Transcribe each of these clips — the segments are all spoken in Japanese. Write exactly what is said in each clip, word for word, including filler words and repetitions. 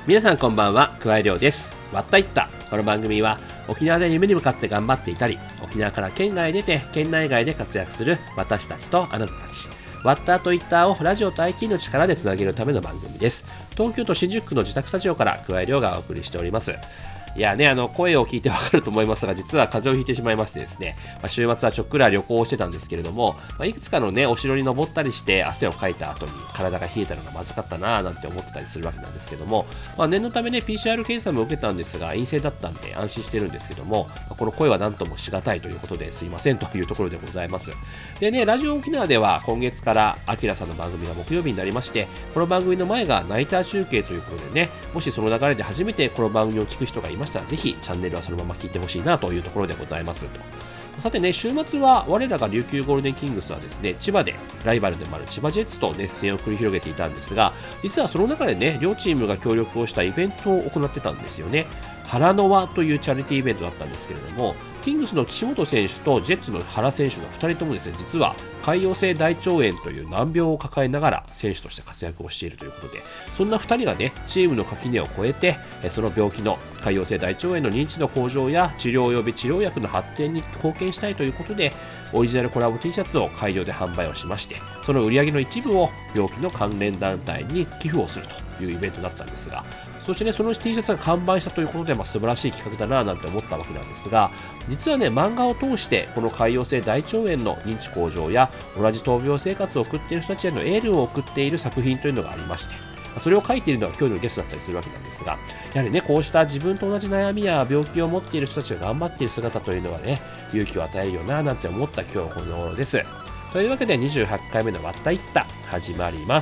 皆さんこんばんは、桑井亮です。わったいった。この番組は沖縄で夢に向かって頑張っていたり、沖縄から県外へ出て県内外で活躍する私たちとあなたたち、ワッターとイッターをラジオと アイティー の力でつなげるための番組です。東京都新宿区の自宅スタジオから桑井亮がお送りしております。いやね、あの声を聞いてわかると思いますが、実は風邪をひいてしまいましてですね、まあ、週末はちょっくら旅行をしてたんですけれども、まあ、いくつかのねお城に登ったりして汗をかいた後に体が冷えたのがまずかったなぁなんて思ってたりするわけなんですけども、まあ、念のためね ピーシーアール 検査も受けたんですが陰性だったんで安心してるんですけども、まあ、この声は何ともしがたいということですいませんというところでございます。でね、ラジオ沖縄では今月からアキラさんの番組が木曜日になりまして、この番組の前がナイター中継ということでね、もしその流れで初めてこの番組を聞く人がいましたら、ぜひチャンネルはそのまま聞いてほしいなというところでございますと。さてね、週末は我らが琉球ゴールデンキングスはですね、千葉でライバルでもある千葉ジェッツと熱戦を繰り広げていたんですが、実はその中でね、両チームが協力をしたイベントを行ってたんですよね。原の輪というチャリティーイベントだったんですけれども、キングスの岸本選手とジェッツの原選手のふたりともですね、実は潰瘍性大腸炎という難病を抱えながら選手として活躍をしているということで、そんなふたりがね、チームの垣根を越えて、その病気の潰瘍性大腸炎の認知の向上や治療及び治療薬の発展に貢献したいということで、オリジナルコラボ T シャツを会場で販売をしまして、その売り上げの一部を病気の関連団体に寄付をするというイベントだったんですが、そしてね、その T シャツが完売したということで、まあ、素晴らしい企画だななんて思ったわけなんですが、実はね、漫画を通してこの潰瘍性大腸炎の認知向上や同じ闘病生活を送っている人たちへのエールを送っている作品というのがありまして、それを書いているのは今日のゲストだったりするわけなんですが、やはりね、こうした自分と同じ悩みや病気を持っている人たちが頑張っている姿というのはね、勇気を与えるよななんて思った今日この頃です。というわけでにじゅうはちかいめのわったいった始まります。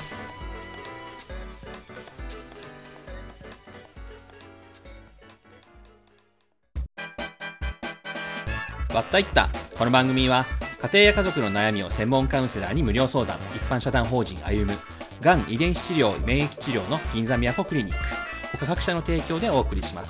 わったいった。この番組は家庭や家族の悩みを専門カウンセラーに無料相談、一般社団法人歩む、がん遺伝子治療免疫治療の銀座都クリニック他各社の提供でお送りします。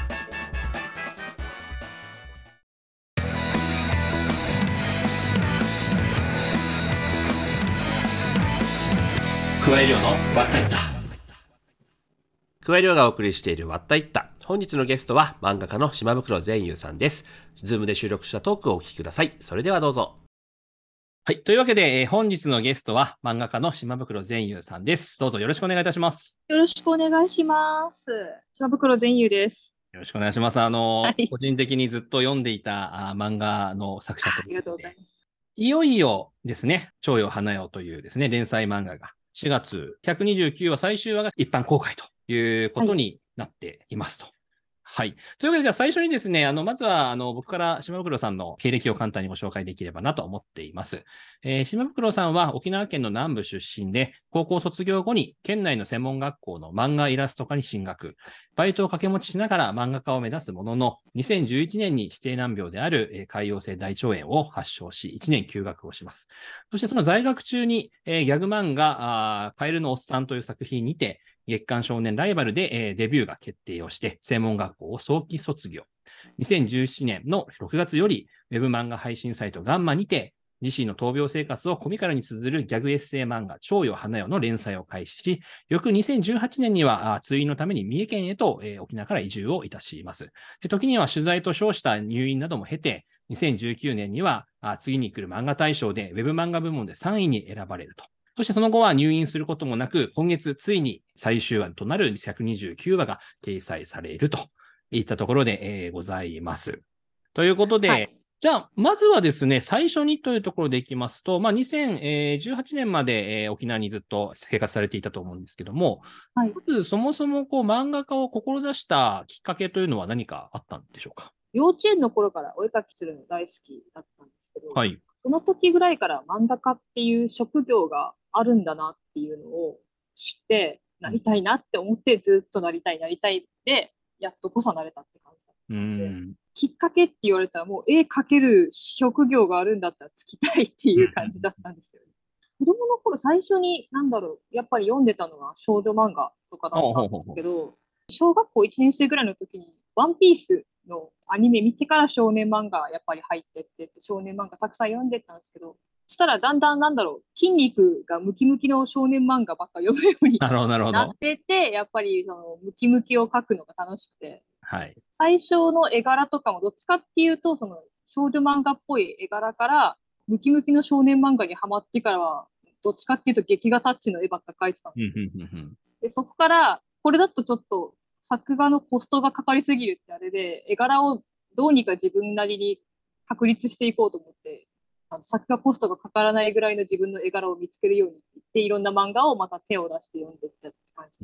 桑井亮のわったいった。桑井亮がお送りしているわったいった。本日のゲストは漫画家の島袋善優さんです。ズームで収録したトークをお聞きください。それではどうぞ。はい。というわけで、えー、本日のゲストは漫画家の島袋善優さんです。どうぞよろしくお願いいたします。 よろしくお願いします。島袋善優です。 よろしくお願いします。あの、 はい。 個人的にずっと読んでいたあ漫画の作者とありがとうございます。 いよいよですね、蝶よ花よというですね、連載漫画がしがつひゃくにじゅうきゅうわ最終話が一般公開ということになっていますと。はい。というわけで、じゃあ最初にですね、あの、まずは、あの、僕から島袋さんの経歴を簡単にご紹介できればなと思っています。えー、島袋さんは沖縄県の南部出身で、高校卒業後に県内の専門学校の漫画イラスト科に進学。バイトを掛け持ちしながら漫画家を目指すものの、にせんじゅういちねんに指定難病である、えー、潰瘍性大腸炎を発症し、いちねん休学をします。そしてその在学中に、えー、ギャグ漫画、あカエルのおっさんという作品にて、月刊少年ライバルで、えー、デビューが決定をして、専門学校を早期卒業。にせんじゅうななねんのろくがつより、ウェブ漫画配信サイトガンマにて、自身の闘病生活をコミカルに綴るギャグエッセイ漫画、蝶よ花よの連載を開始し、翌にせんじゅうはちねんには通院のために三重県へと、えー、沖縄から移住をいたします。で時には取材と称した入院なども経て、にせんじゅうきゅうねんには次に来る漫画大賞でウェブ漫画部門でさんいに選ばれると。そしてその後は入院することもなく、今月ついに最終話となるひゃくにじゅうきゅうわが掲載されるといったところで、えー、ございます。ということで、はい、じゃあ、まずはですね、最初にというところでいきますと、まあ、にせんじゅうはちねんまで、えー、沖縄にずっと生活されていたと思うんですけども、はい、まずそもそもこう漫画家を志したきっかけというのは何かあったんでしょうか？ 幼稚園の頃からお絵描きするの大好きだったんですけど、 はい、 その時ぐらいから漫画家っていう職業があるんだなっていうのを知って、なりたいなって思ってずっとなりたいなりたいで、やっとこそなれたって感じだったので、うんきっかけって言われたらもう絵描ける職業があるんだったらつきたいっていう感じだったんですよね。子供の頃最初になんだろう、やっぱり読んでたのは少女漫画とかだったんですけど、小学校いちねん生ぐらいの時にワンピースのアニメ見てから少年漫画やっぱり入ってって少年漫画たくさん読んでたんですけど、 そしたらだんだんなんだろう、筋肉がムキムキの少年漫画ばっか読むようになるほど、なるほなっど。 てて、やっぱりそのムキムキを描くのが楽しくて、 はい。 最初の絵柄とかもどっちかっていうと、その少女漫画っぽい絵柄から、ムキムキの少年漫画にハマってからは、どっちかっていうと劇画タッチの絵ばっか描いてたんうん、 ですよ。 うん、うん、うん。 で、そこから、これだとちょっと作画のコストがかかりすぎるってあれで、絵柄をどうにか自分なりに確立していこうと思って、あの作画コストがかからないぐらいの自分の絵柄を見つけるようにって言って、いろんな漫画をまた手を出して読んでいったって感じ。 うん。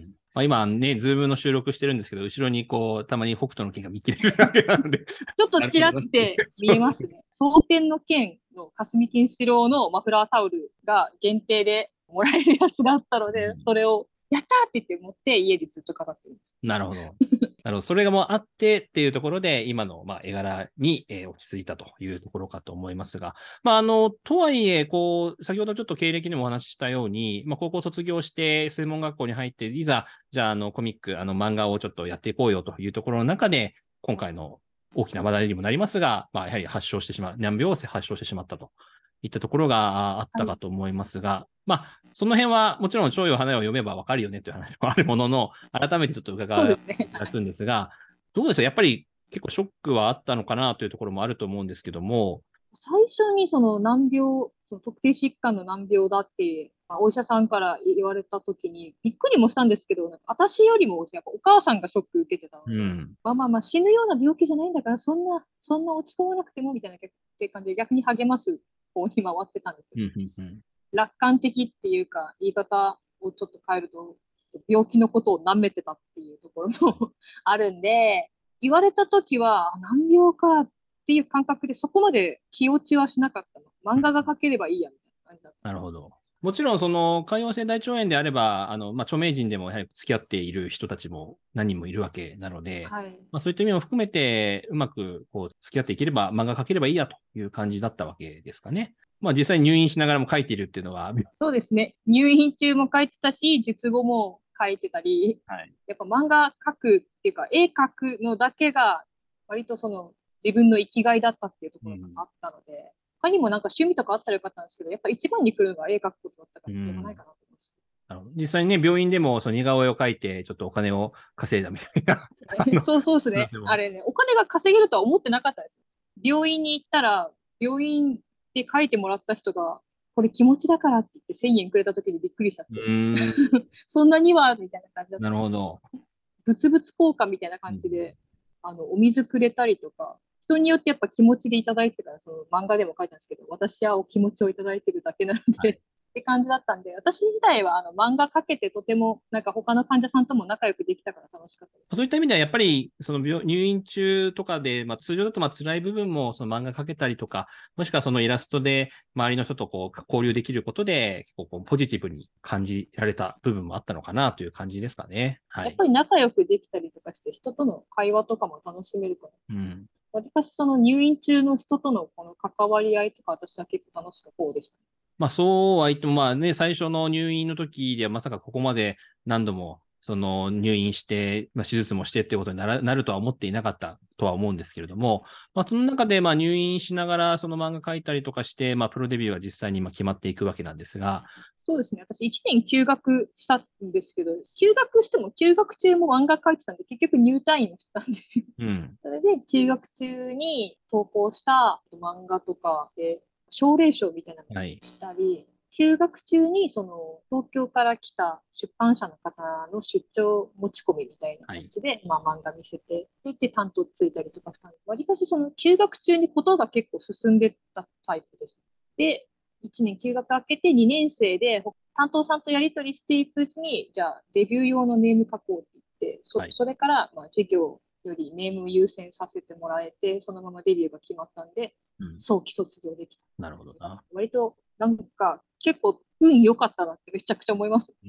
まあ、今ね、ズームの収録してるんですけど、後ろにこう、たまに北斗の拳が見切れるわけなので。 ちょっとちらって見えますね。蒼天の剣の霞金四郎のマフラータオルが限定でもらえるやつがあったので、うん、それをやったーって言って持って家でずっと飾ってる。 なるほど。なるほど。それがもうあってっていうところで、今のまあ絵柄に、えー、落ち着いたというところかと思いますが、まあ、あの、とはいえ、こう、先ほどちょっと経歴でもお話ししたように、まあ、高校卒業して専門学校に入って、いざ、じゃあ、あの、コミック、あの、漫画をちょっとやっていこうよというところの中で、今回の大きな話題にもなりますが、まあ、やはり発症してしまう、難病を発症してしまったといったところがあったかと思いますが、はい、まあ、その辺はもちろん、蝶よ花よを読めばわかるよねという話もあるものの、改めてちょっと伺いただくんですが、どうでした？やっぱり結構ショックはあったのかなというところもあると思うんですけども。 最初にその難病、その特定疾患の難病だって、まあ、お医者さんから言われたときに、びっくりもしたんですけど、なんか私よりもやっぱお母さんがショック受けてたので、うん、まあまあまあ死ぬような病気じゃないんだから、そんな、そんな落ち込まなくてもみたいなって感じで逆に励ます方に回ってたんですよ。うんうんうん、楽観的っていうか、言い方をちょっと変えると、病気のことを舐めてたっていうところもあるんで、言われたときは、難病かっていう感覚でそこまで気落ちはしなかったの。漫画が描ければいいやみたいな感じだった。 なるほど。もちろん、その、潰瘍性大腸炎であれば、あの、まあ、著名人でもやはり付き合っている人たちも何人もいるわけなので、はい、まあ、そういった意味も含めて、うまくこう付き合っていければ、漫画描ければいいやという感じだったわけですかね。まあ、実際に入院しながらも書いているっていうのは。 そうですね。入院中も書いてたし、術後も書いてたり、はい、やっぱ漫画描くっていうか、絵描くのだけが、割とその、自分の生きがいだったっていうところがあったので、うん、他にもなんか趣味とかあったらよかったんですけど、やっぱ一番に来るのが絵描くことだったから、しょうがないかなと思います。 うん、実際にね、病院でもその似顔絵を描いて、ちょっとお金を稼いだみたいな。 そうそうですね。あれね、お金が稼げるとは思ってなかったです。病院に行ったら、病院で描いてもらった人が、これ気持ちだからって言ってせんえんくれた時にびっくりしちゃって。んそんなにはみたいな感じだった。 なるほど。 物々交換みたいな感じで、うん、あの、お水くれたりとか、人によってやっぱ気持ちでいただいてるから、その漫画でも書いたんですけど、私はお気持ちをいただいてるだけなので、はい、って感じだったんで、私自体はあの漫画描けてとても、なんか他の患者さんとも仲良くできたから楽しかったです。 そういった意味ではやっぱりその病入院中とかで、まあ、通常だとまあ辛い部分もその漫画描けたりとか、もしくはそのイラストで周りの人とこう交流できることで、結構こうポジティブに感じられた部分もあったのかなという感じですかね。はい、 やっぱり仲良くできたりとかして、人との会話とかも楽しめるから。うん、私、その入院中の人とのこの関わり合いとか、私は結構楽しかった方でした。 まあそうは言っても、まあね、最初の入院の時ではまさかここまで何度もその入院して、まあ、手術もしてっていうことにならなるとは思っていなかったとは思うんですけれども、まあその中でまあ入院しながらその漫画描いたりとかして、まあプロデビューは実際にまあ決まっていくわけなんですが。 そうですね。私いちねん休学したんですけど、休学しても休学中も漫画描いてたんで、結局入退院をしたんですよ。うん、それで休学中に投稿した漫画とかで、奨励賞みたいなのをしたり、はい、休学中にその東京から来た出版社の方の出張持ち込みみたいな感じで、はい、まあ、漫画見せて、で担当ついたりとかしたんで、わりかしその休学中にことが結構進んでたタイプです。で、いちねん休学明けてにねん生で担当さんとやり取りしていくうちに、じゃあデビュー用のネーム書こうって言って、そ, はい、それからまあ授業よりネームを優先させてもらえて、そのままデビューが決まったんで、うん、早期卒業できた。 なるほどな。 割となんか結構運良かったなってめちゃくちゃ思います。うん、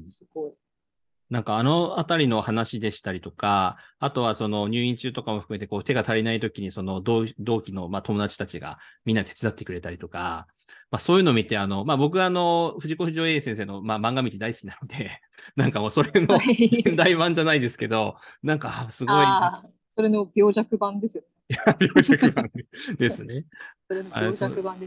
すごい。 なんかあのあたりの話でしたりとか、あとはその入院中とかも含めてこう手が足りない時にその同同期のまあ友達たちがみんな手伝ってくれたりとか、まあそういうのを見てあの、まあ僕はあの藤子不二雄 A 先生のまあ漫画道大好きなので、なんかもうそれの現代版じゃないですけど、なんかすごい。 ああ、それの病弱版ですよね。 病弱版ですね。 それの病弱版です。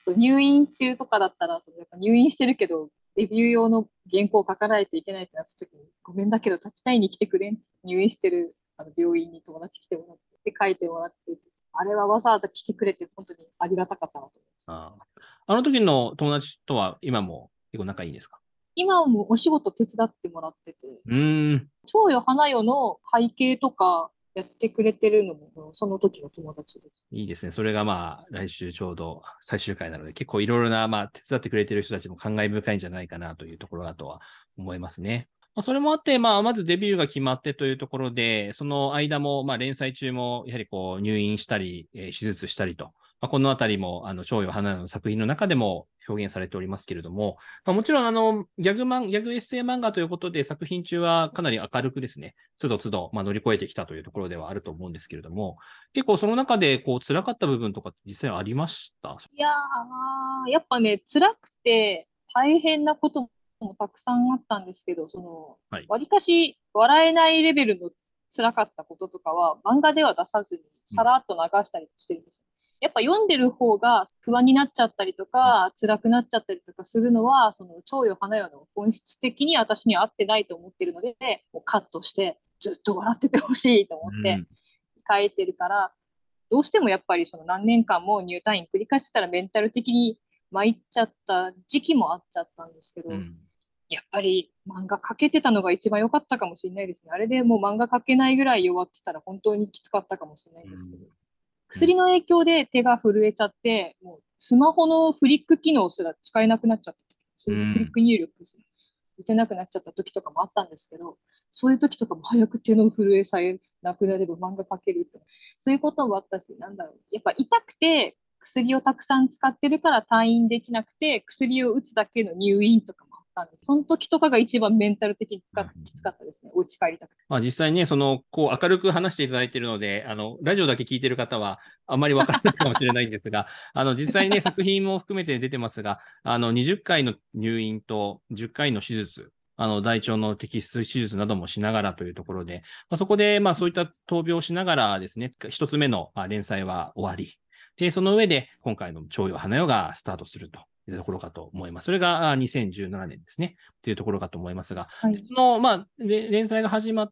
入院中とかだったら、そのやっぱ入院してるけど、デビュー用の原稿を書かないといけないってなった時に、ごめんだけど立ち会いに来てくれんって入院してるあの病院に友達来てもらって、書いてもらって、あれはわざわざ来てくれて本当にありがたかったなと思います。 ああの時の友達とは今も結構仲いいですか？ 今もお仕事手伝ってもらってて、 うーん。 蝶よ花よの背景とかやってくれてるのもその時の友達です。 いいですね。それがまあ、来週ちょうど最終回なので、結構いろいろな、まあ、手伝ってくれてる人たちも感慨深いんじゃないかなというところだとは思いますね。まあ、それもあって、まあ、まずデビューが決まってというところで、その間も、まあ、連載中も、やはりこう、入院したり、えー手術したりと、まあ、このあたりも、あの、蝶よ花よの作品の中でも表現されておりますけれども、まあ、もちろん、あの、ギャグマン、ギャグエッセイ漫画ということで、作品中はかなり明るくですね、つどつど、まあ、乗り越えてきたというところではあると思うんですけれども、結構その中で、こう、辛かった部分とか実際ありました？ いやー、やっぱね、辛くて大変なこともたくさんあったんですけど、その、 はい。 わりかし笑えないレベルの辛かったこととかは漫画では出さずにうん。 さらっと流したりしてるんですよ。やっぱ読んでる方が不安になっちゃったりとか、辛くなっちゃったりとかするのは、その、蝶よ花よの本質的に私には合ってないと思ってるので、もうカットしてずっと笑っててほしいと思ってうん。 書いてるから、どうしてもやっぱりその何年間も入退院繰り返してたらメンタル的に参っちゃった時期もあっちゃったんですけど、 うん。 やっぱり漫画描けてたのが一番良かったかもしれないですね。あれでもう漫画描けないぐらい弱ってたら本当にきつかったかもしれないんですけど、 うん。 薬の影響で手が震えちゃって、もうスマホのフリック機能すら使えなくなっちゃった。 うん。 フリック入力ですね。打てなくなっちゃった時とかもあったんですけど、そういう時とかも早く手の震えさえなくなれば漫画描けるって。そういうこともあったし、なんだろう。やっぱ痛くて薬をたくさん使ってるから退院できなくて、薬を打つだけの入院とかもあったんです。その時とかが一番メンタル的にきつかったですね。お家帰りたくて。 まあ、実際ね、その、こう、明るく話していただいているので、あの、ラジオだけ聞いている方は、あまりわからないかもしれないんですが、あの、実際ね、作品も含めて出てますが、あの、にじゅっかいの入院とじゅっかいの手術、あの、大腸の摘出手術などもしながらというところで、まあ、そこで、まあ、そういった闘病をしながらですね、一つ目のまあ連載は終わり、で、その上で、今回の蝶よ花よがスタートするというところかと思います。それがあにせんじゅうななねんですね。というところかと思いますが、 はい。 その、まあ、れ連載が始まって、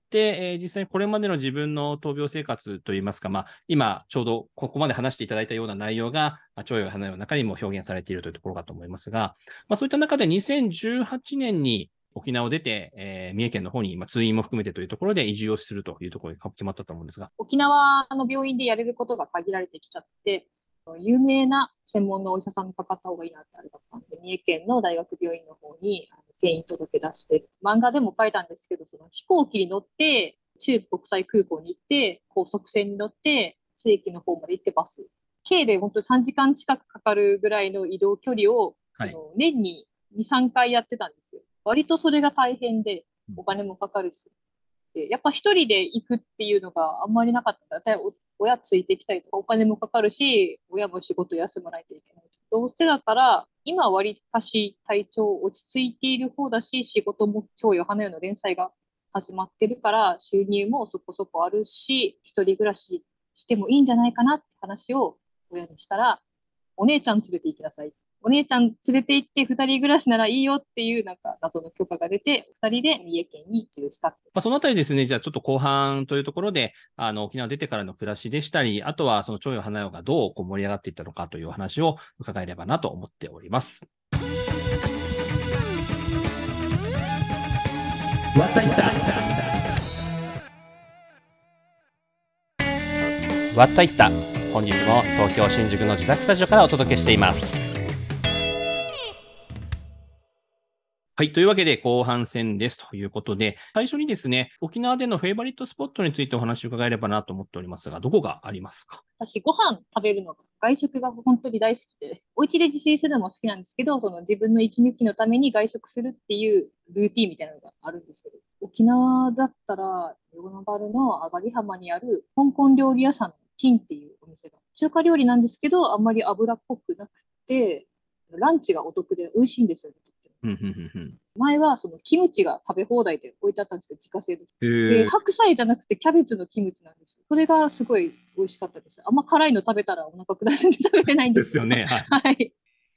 えー実際にこれまでの自分の闘病生活といいますか、まあ、今、ちょうどここまで話していただいたような内容が、まあ、蝶よ花よの中にも表現されているというところかと思いますが、まあ、そういった中でにせんじゅうはちねんに沖縄を出て、えー三重県の方に、まあ、通院も含めてというところで移住をするというところに決まったと思うんですが。 沖縄の病院でやれることが限られてきちゃって、有名な専門のお医者さんにかかった方がいいなってあれだったんで、三重県の大学病院の方に転院届出して、漫画でも書いたんですけど、その飛行機に乗って、中国際空港に行って、高速船に乗って、津駅の方まで行ってバス。計で本当にさんじかん近くかかるぐらいの移動距離を、 はい。 その年にに、さんかいやってたんですよ。割とそれが大変で、お金もかかるし。でやっぱ一人で行くっていうのがあんまりなかったから、親ついてきたりとかお金もかかるし、親も仕事休まないといけない。どうせだから、今わりかし体調落ち着いている方だし、仕事も超よ花よの連載が始まってるから、収入もそこそこあるし、一人暮らししてもいいんじゃないかなって話を親にしたら、お姉ちゃん連れて行きなさい。お姉ちゃん連れて行って二人暮らしならいいよっていうなんか謎の許可が出て、二人で三重県に移住したって。 まあ、そのあたりですね、じゃあちょっと後半というところで、あの、沖縄出てからの暮らしでしたり、あとはその蝶よ花よがどうこう盛り上がっていったのかというお話を伺えればなと思っております。わったいったわったいった本日も東京新宿の自宅スタジオからお届けしています。はい。というわけで、後半戦ですということで、最初にですね、沖縄でのフェイバリットスポットについてお話を伺えればなと思っておりますが、どこがありますか？ 私、ご飯食べるのが、外食が本当に大好きで、お家で自炊するのも好きなんですけど、その自分の息抜きのために外食するっていうルーティンみたいなのがあるんですけど、沖縄だったら、与那原の上がり浜にある香港料理屋さんの金っていうお店が、中華料理なんですけど、あんまり油っぽくなくて、ランチがお得で美味しいんですよね。 うんうんうんうん。 前はそのキムチが食べ放題で置いてあったんですけど、自家製です。で、 へえ。 白菜じゃなくてキャベツのキムチなんですよ。それがすごい美味しかったです。あんま辛いの食べたらお腹下すんで食べれないんでですけど。 すよね。はい。 はい。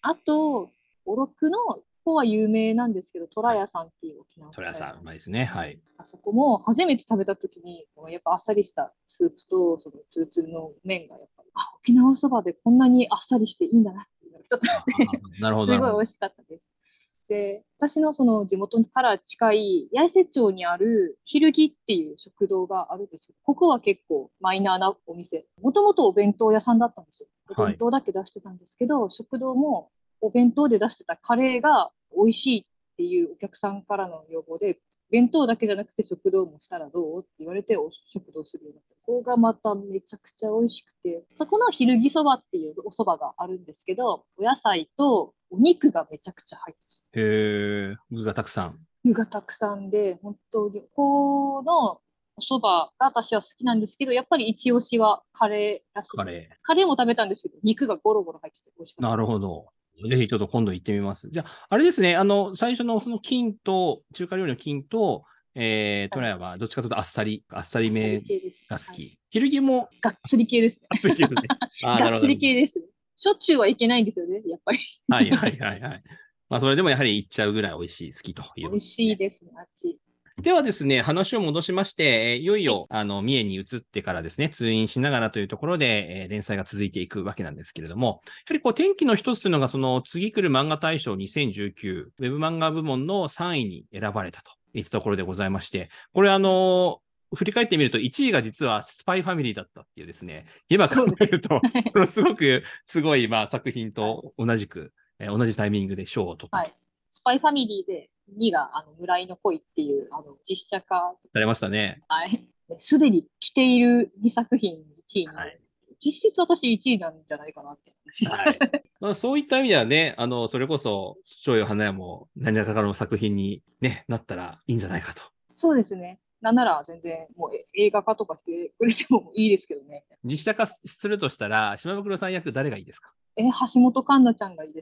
あと、おろくの方は有名なんですけど、虎屋さんっていう沖縄のトラさん、 虎屋さん。 うまいですね。はい。 あそこも初めて食べた時に、やっぱあっさりしたスープと、そのツルツルの麺がやっぱり、あ、沖縄そばでこんなにあっさりしていいんだなっていうのがちょっとあっあて、 なるほど、なるほど。 すごい美味しかったです。で、私のその地元から近い八重瀬町にある昼木っていう食堂があるんですよ。ここは結構マイナーなお店。もともとお弁当屋さんだったんですよ。おはい。 弁当だけ出してたんですけど、食堂もお弁当で出してたカレーが美味しいっていうお客さんからの要望で、弁当だけじゃなくて食堂もしたらどうって言われてお食堂するようになった。ここがまためちゃくちゃ美味しくて、そこの昼木そばっていうお蕎麦があるんですけど、お野菜とお肉がめちゃくちゃ入ってへえ、具がたくさん。 る。具がたくさんで、本当に、ここのお蕎麦が私は好きなんですけど、やっぱり一押しはカレーらしいです。 カレカレーも食べたんですけど、肉がゴロゴロ入ってて美味しかー。なった。 るほど。ぜひちょっと今度行ってみます。じゃあ、あれですね。あの、最初のその金と、中華料理の金と、えー、トはい。 ラヤはどっちかというとあっさり、あっさりあっさりめ系です。はい。 が好き。昼着もがっつり系ですね。 熱いですね。ああ、なるほど、 がっつなるほど。 り系ですね。しょっちゅうはいけないんですよね、やっぱり。 はいはいはいはい。まあ、それでもやはり行っちゃうぐらい美味しい、好きという美味ことですね。 しいですね、あっち。 ではですね、話を戻しまして、えーいよいはい。 よ、あの、三重に移ってからですね、通院しながらというところで、えー連載が続いていくわけなんですけれども、やはりこう、転機の一つというのが、その、次来る漫画大賞にせんじゅうきゅう、ウェブ漫画部門のさんいに選ばれたといったところでございまして、これあの振り返ってみると、いちいが実はスパイファミリーだったっていうですね、今考そうですね。 えると、 はい。 このすごくすごい、まあ、作品はい。 と同じく、えー同じタイミングで賞を取ったとはい。スパイファミリーでにがあの村井の恋っていうあの実写化、 されましたね。 はい。すでに来ているにさく品いちいになる。 はい。 実質私いちいなんじゃないかなって話です。 はい。まあ、そういった意味ではね、あの、それこそ、蝶よ花屋も何らかの作品に、ね、なったらいいんじゃないかと。 そうですね。なんなら全然もう映画化とかしてくれてもいいですけどね。 実写化するとしたら、島袋さん役誰がいいですか？ え、橋本環奈ちゃんがいいです。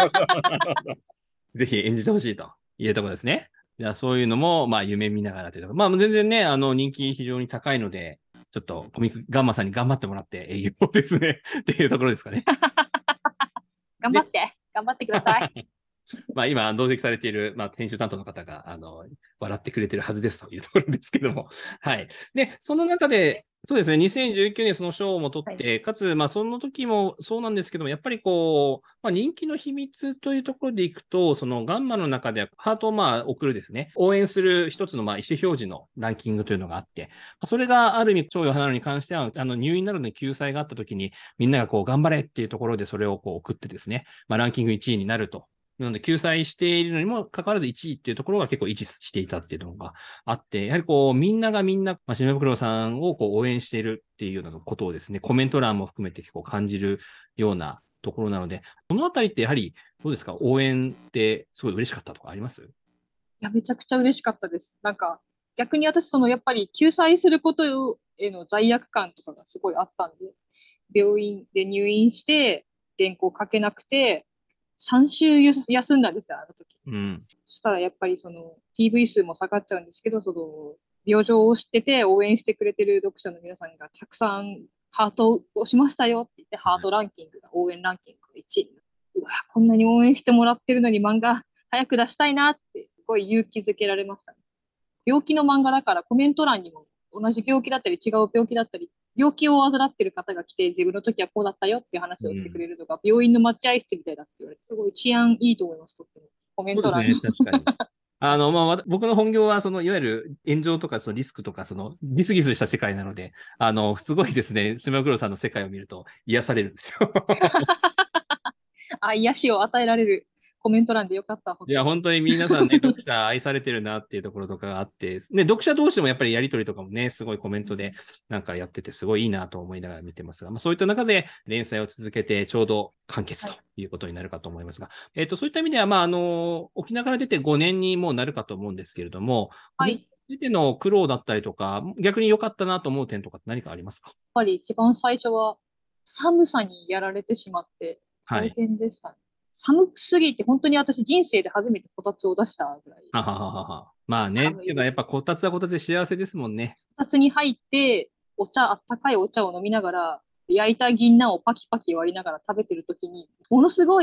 ぜひ演じてほしいというところですね。じゃあそういうのも、まあ夢見ながらというところ。まあ全然ね、あの人気非常に高いので、ちょっとコミックガンマさんに頑張ってもらって営業ですね。っていうところですかね。で、 頑張って。頑張ってください。 まあ今、同席されている、まあ編集担当の方が、あの、笑ってくれてるはずですというところですけども。はい。で、その中で、そうですね、にせんじゅうきゅうねんその賞も取はい。 って、かつ、まあその時もそうなんですけども、やっぱりこう、まあ人気の秘密というところでいくと、そのガンマの中ではハートをまあ送るですね、応援する一つのまあ意思表示のランキングというのがあって、それがある意味、徴用花に関しては、あの入院などの救済があった時に、みんながこう頑張れっていうところでそれをこう送ってですね、まあランキングいちいになるとなので、救済しているのにもかかわらずいちいっていうところが結構維持していたっていうのがあって、やはりこう、みんながみんな、まあ、島袋さんをこう応援しているっていうようなことをですね、コメント欄も含めて結構感じるようなところなので、このあたりってやはり、どうですか？応援ってすごい嬉しかったとかあります？ や、めちゃくちゃ嬉しかったです。なんか、逆に私、その、やっぱり救済することへの罪悪感とかがすごいあったんで、病院で入院して、原稿書けなくて、さん週休んだんですよ、あの時。 うん。 そしたらやっぱりその ピーブイ 数も下がっちゃうんですけど、その病状を知ってて応援してくれてる読者の皆さんがたくさんハートを押しましたよって言って、ハートランキングが、応援ランキングがいちいになって、うわ、こんなに応援してもらってるのに漫画早く出したいなって、すごい勇気づけられましたね。病気の漫画だからコメント欄にも同じ病気だったり違う病気だったり、病気を患ってる方が来て自分の時はこうだったよっていう話をしてくうん。 れるのが病院の待合室みたいだって言われて、すごい治安いいと思います、とっても。コメント欄の。 そうですね、確かに。あの、まあ、わた僕の本業は、その、いわゆる炎上とか、そのリスクとか、その、ギスギスした世界なので、あの、すごいですね、島黒さんの世界を見ると癒されるんですよ。 あ、癒しを与えられるコメント欄でよかった、本いや、 当に。 本当に皆さんね、読者愛されてるなっていうところとかがあって、で、読者同士もやっぱりやりとりとかもね、すごいコメントでなんかやってて、すごいいいなと思いながら見てますが、まあ、そういった中で連載を続けて、ちょうど完結とはい。 いうことになるかと思いますが、えっと、そういった意味では、まあ、あの、沖縄から出てごねんにもうなるかと思うんですけれども、沖縄かはい。やっら出ての苦労だったりとか、逆に良かったなと思う点とかって何かありますか？ ぱり一番最初は寒さにやられてしまって大はい。 変でしたね。寒すぎて本当に私人生で初めてこたつを出したぐらいははははは。まあね、けどやっ寒いです。 ぱこたつはこたつで幸せですもんね。 こたつに入ってお茶、あったかいお茶を飲みながら焼いた銀杏をパキパキ割りながら食べてるときに、ものすごい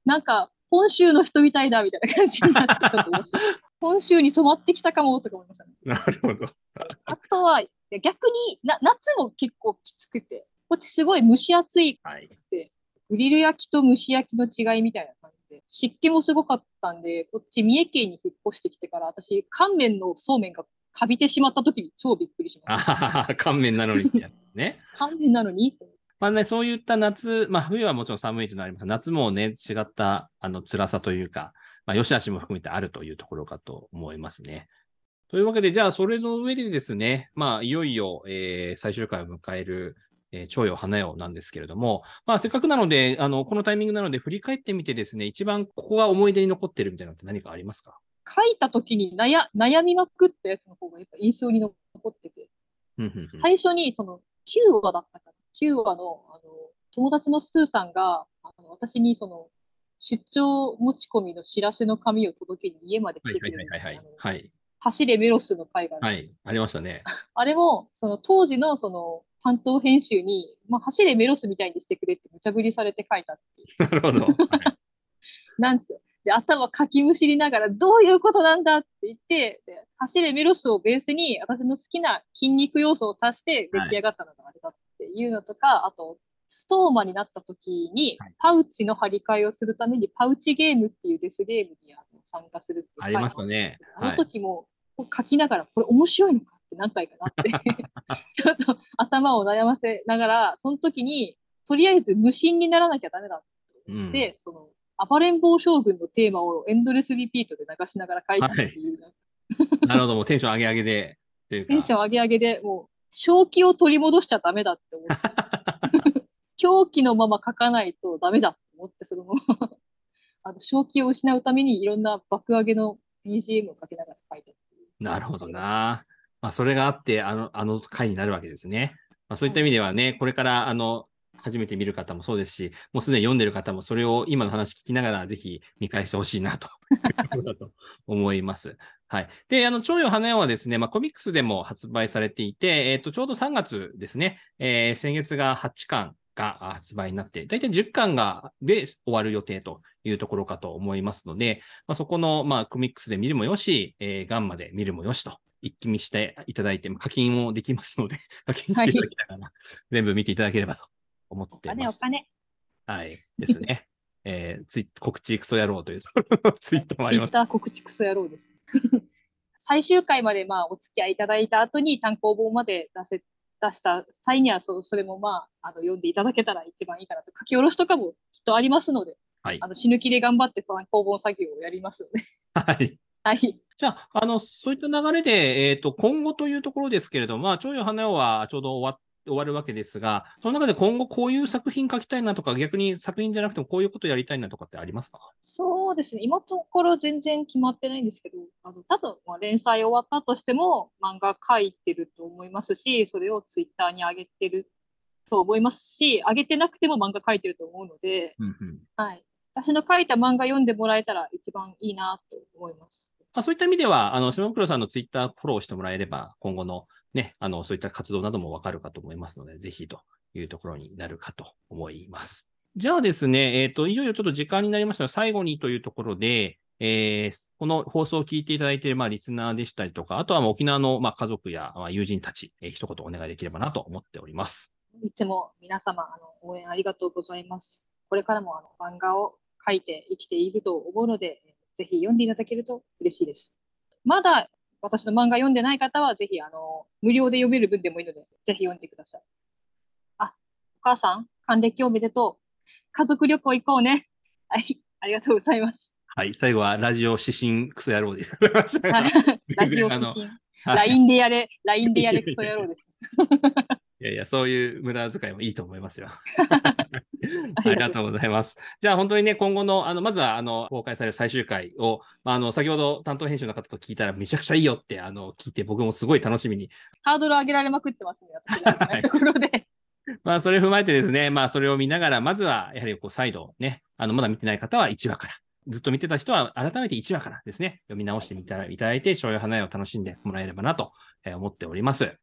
なんか、本州の人みたいだみたいな感じになって、ちょっと面白い。本州に染まってきたかもとか思いましたね。 なるほど。 あとは、逆にな夏も結構きつくて、こっちすごい蒸し暑いはい。 って、グリル焼きと蒸し焼きの違いみたいな感じで、湿気もすごかったんで、こっち三重県に引っ越してきてから、私、乾麺のそうめんがカビてしまった時に超びっくりしまあしははは、乾麺なのにってやつですね。 た。乾麺なのにまあね、そういった夏、まあ冬はもちろん寒いというのはありますが、夏もね、違ったあの辛さというか、まあ、良し悪しも含めてあるというところかと思いますね。というわけで、じゃあ、それの上でですね、まあ、いよいよ、えー最終回を迎える、えー、蝶よ花よなんですけれども、まあ、せっかくなので、あの、このタイミングなので、振り返ってみてですね、一番ここが思い出に残ってるみたいなのって何かありますか？ 書いた時に悩悩みまくったやつの方がやっぱ印象に残ってて、 うんうんうん。 最初にそのきゅうわだったかな。きゅうわのあの友達のスーさんがあの私にその出張持ち込みの知らせの紙を届けに家まで来てくはいはいれるみたいな、 はいはいはい。 あのはい。 走れメロスの回があるんですよ。 はい。ありましたね。 あれも、その当時のその担当編集に、まあ、走れメロスみたいにしてくれって無茶ぶりされて書いたっていう。 なるほど。はい。 なんですよ。で、頭かきむしりながら、どういうことなんだって言って、で走れメロスをベースに、私の好きな筋肉要素を足して出はい。 来上がったのがあれだっていうのとか、あと、ストーマになった時に、 はい。 パウチの張り替えをするために、パウチゲームっていうデスゲームにあの参加するっていうありま回したね。 もあったんですけど、あのはい。 時も書きながら、これ面白いのかって何回かなってちょっと頭を悩ませながら、その時に、とりあえず無心にならなきゃダメだってうん。 思って、その、暴れん坊将軍のテーマをエンドレスリピートで流しながら書いたっはい。 ていう、 なるほど。もうテンション上げ上げで、というか。 テンション上げ上げで、もう、正気を取り戻しちゃダメだって思って、狂気のまま書かないとダメだって思って、そのままあの正気を失うためにいろんな爆上げの ビージーエム をかけながら書いたっていうのがなるほどありました。 な。まあ、それがあって、あの、あの回になるわけですね。まあ、そういった意味ではね、これから、あの、初めて見る方もそうですし、もうすでに読んでる方もそれを今の話聞きながらぜひ見返してほしいなというところだと思います。はい。で、あの、蝶よ花よはですね、まあ、コミックスでも発売されていて、えっと、ちょうどさんがつですね、えー先月がはちかんが発売になって、だいたいじゅっかんが、で終わる予定というところかと思いますので、まあ、そこの、まあ、コミックスで見るもよし、えーガンマで見るもよしと、一気見していただいて、まあ課金もできますので、課金していただはい。 きながら、全部見ていただければと思っおてます。 金お金。 はい。ですね。えー、ツイ告知クソ野郎というツイートもあります。 ツイッター告知クソ野郎です。最終回までまあお付き合いいただいた後に単行本まで出せ出した際にはそそれもまああの読んでいただけたら一番いいかなと。書き下ろしとかもきっとありますので、 はい。 あの死ぬ気で頑張って単行本作業をやりますので。 はい。 はい。 じゃあ、あの、そういった流れで、えっと、今後というところですけれども、まあ、蝶よ花よはちょうど終わ終わるわけですが、その中で今後こういう作品書きたいなとか、逆に作品じゃなくてもこういうことやりたいなとかってありますか？ そうですね。今のところ全然決まってないんですけど、あの多分まあ連載終わったとしても漫画描いてると思いますし、それをツイッターに上げてると思いますし、上げてなくても漫画描いてると思うので、 うんうん。 はい。私の書いた漫画読んでもらえたら一番いいなと思います。 まあ、そういった意味では、あの、島袋さんのツイッターフォローしてもらえれば、今後のね、あの、そういった活動などもわかるかと思いますので、ぜひというところになるかと思います。じゃあですね、えっと、いよいよちょっと時間になりましたので、最後にというところで、えーこの放送を聞いていただいている、まあ、リスナーでしたりとか、あとはまあ沖縄の、まあ、家族や、まあ、友人たち、えー一言お願いできればなと思っております。 いつも皆様あの応援ありがとうございます。これからもあの漫画を描いて生きていると思うので、ぜひ読んでいただけると嬉しいです。まだ私の漫画読んでない方は、ぜひあの無料で読める分でもいいので、ぜひ読んでください。あ、お母さん、還暦おめでとう。家族旅行行こうね。はい、ありがとうございます。 はい、最後はラジオ指針クソ野郎でございましたはい、 が、 ラジオ全然あの、 指針。 はい。 ライン でやれ、ライン でやれクいやいやいやソ野郎です。 いやいや、そういう無駄遣いもいいと思いますよ。 ありがとう。 ありがとうございます。じゃあ本当にね、今後の、あの、まずは、あの、公開される最終回を、まあ、あの、先ほど担当編集の方と聞いたらめちゃくちゃいいよって、あの、聞いて、僕もすごい楽しみに。 ハードル上げられまくってますね、私がいろんなところで。 まあ、それを踏まえてですね、まあ、それを見ながら、まずは、やはり、こう、再度ね、あの、まだ見てない方はいちわから、ずっと見てた人は改めていちわからですね、読み直してみたらいただいて、醤油花屋を楽しんでもらえればなと思っております。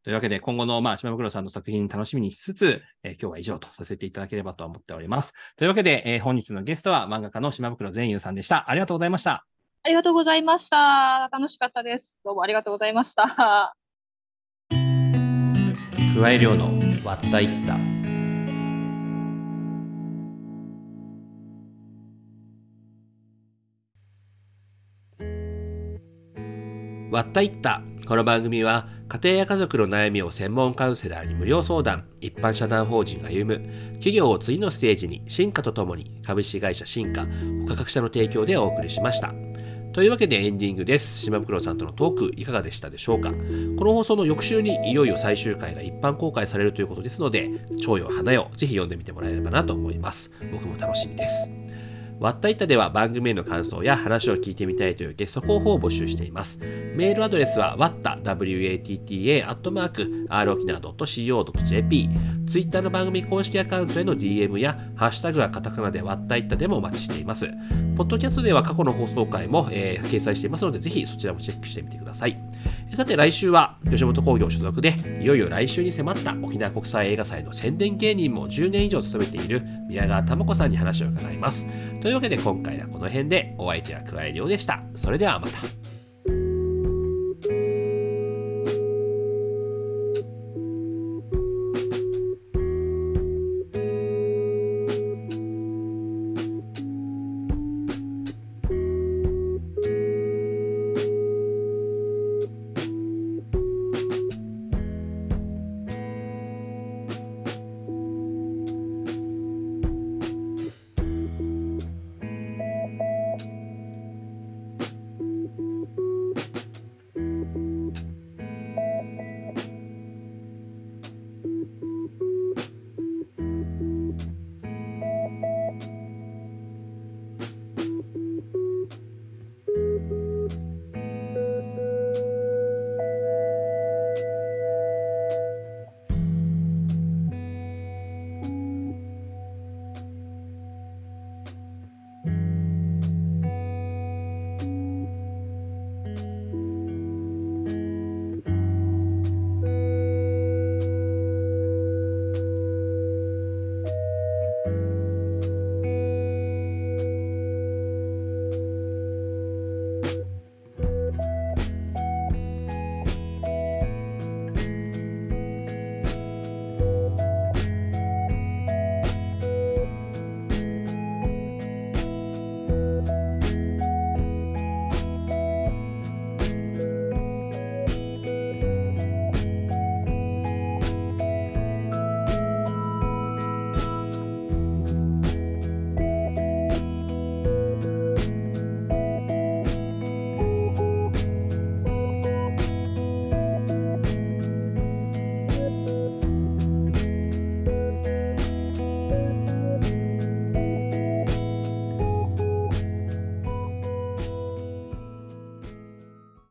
というわけで、今後の、まあ、島袋さんの作品楽しみにしつつ、えー、今日は以上とさせていただければと思っております。というわけで、えー、本日のゲストは漫画家の島袋善祐さんでした。ありがとうございました。 ありがとうございました。楽しかったです。どうもありがとうございました。 桑井亮のわったいった。わったいった。この番組は家庭や家族の悩みを専門カウンセラーに無料相談、一般社団法人歩む、企業を次のステージに進化とともに株式会社進化、他各社の提供でお送りしました。というわけでエンディングです。島袋さんとのトークいかがでしたでしょうか。この放送の翌週にいよいよ最終回が一般公開されるということですので、超よ花よぜひ読んでみてもらえればなと思います。僕も楽しみです。わったいったでは番組への感想や話を聞いてみたいというゲスト候補を募集しています。メールアドレスは ワッタ ワットマーク アール 沖縄 ドット シーオー ドット ジェーピー、ツイッターの番組公式アカウントへの ディーエム やハッシュタグはカタカナでわったいったでもお待ちしています。ポッドキャストでは過去の放送回も、えー、掲載していますので、ぜひそちらもチェックしてみてください。さて来週は吉本興業所属でいよいよ来週に迫った沖縄国際映画祭の宣伝芸人もじゅうねん以上務めている宮川珠子さんに話を伺います。というわけで今回はこの辺で、お相手は桑井亮でした。それではまた。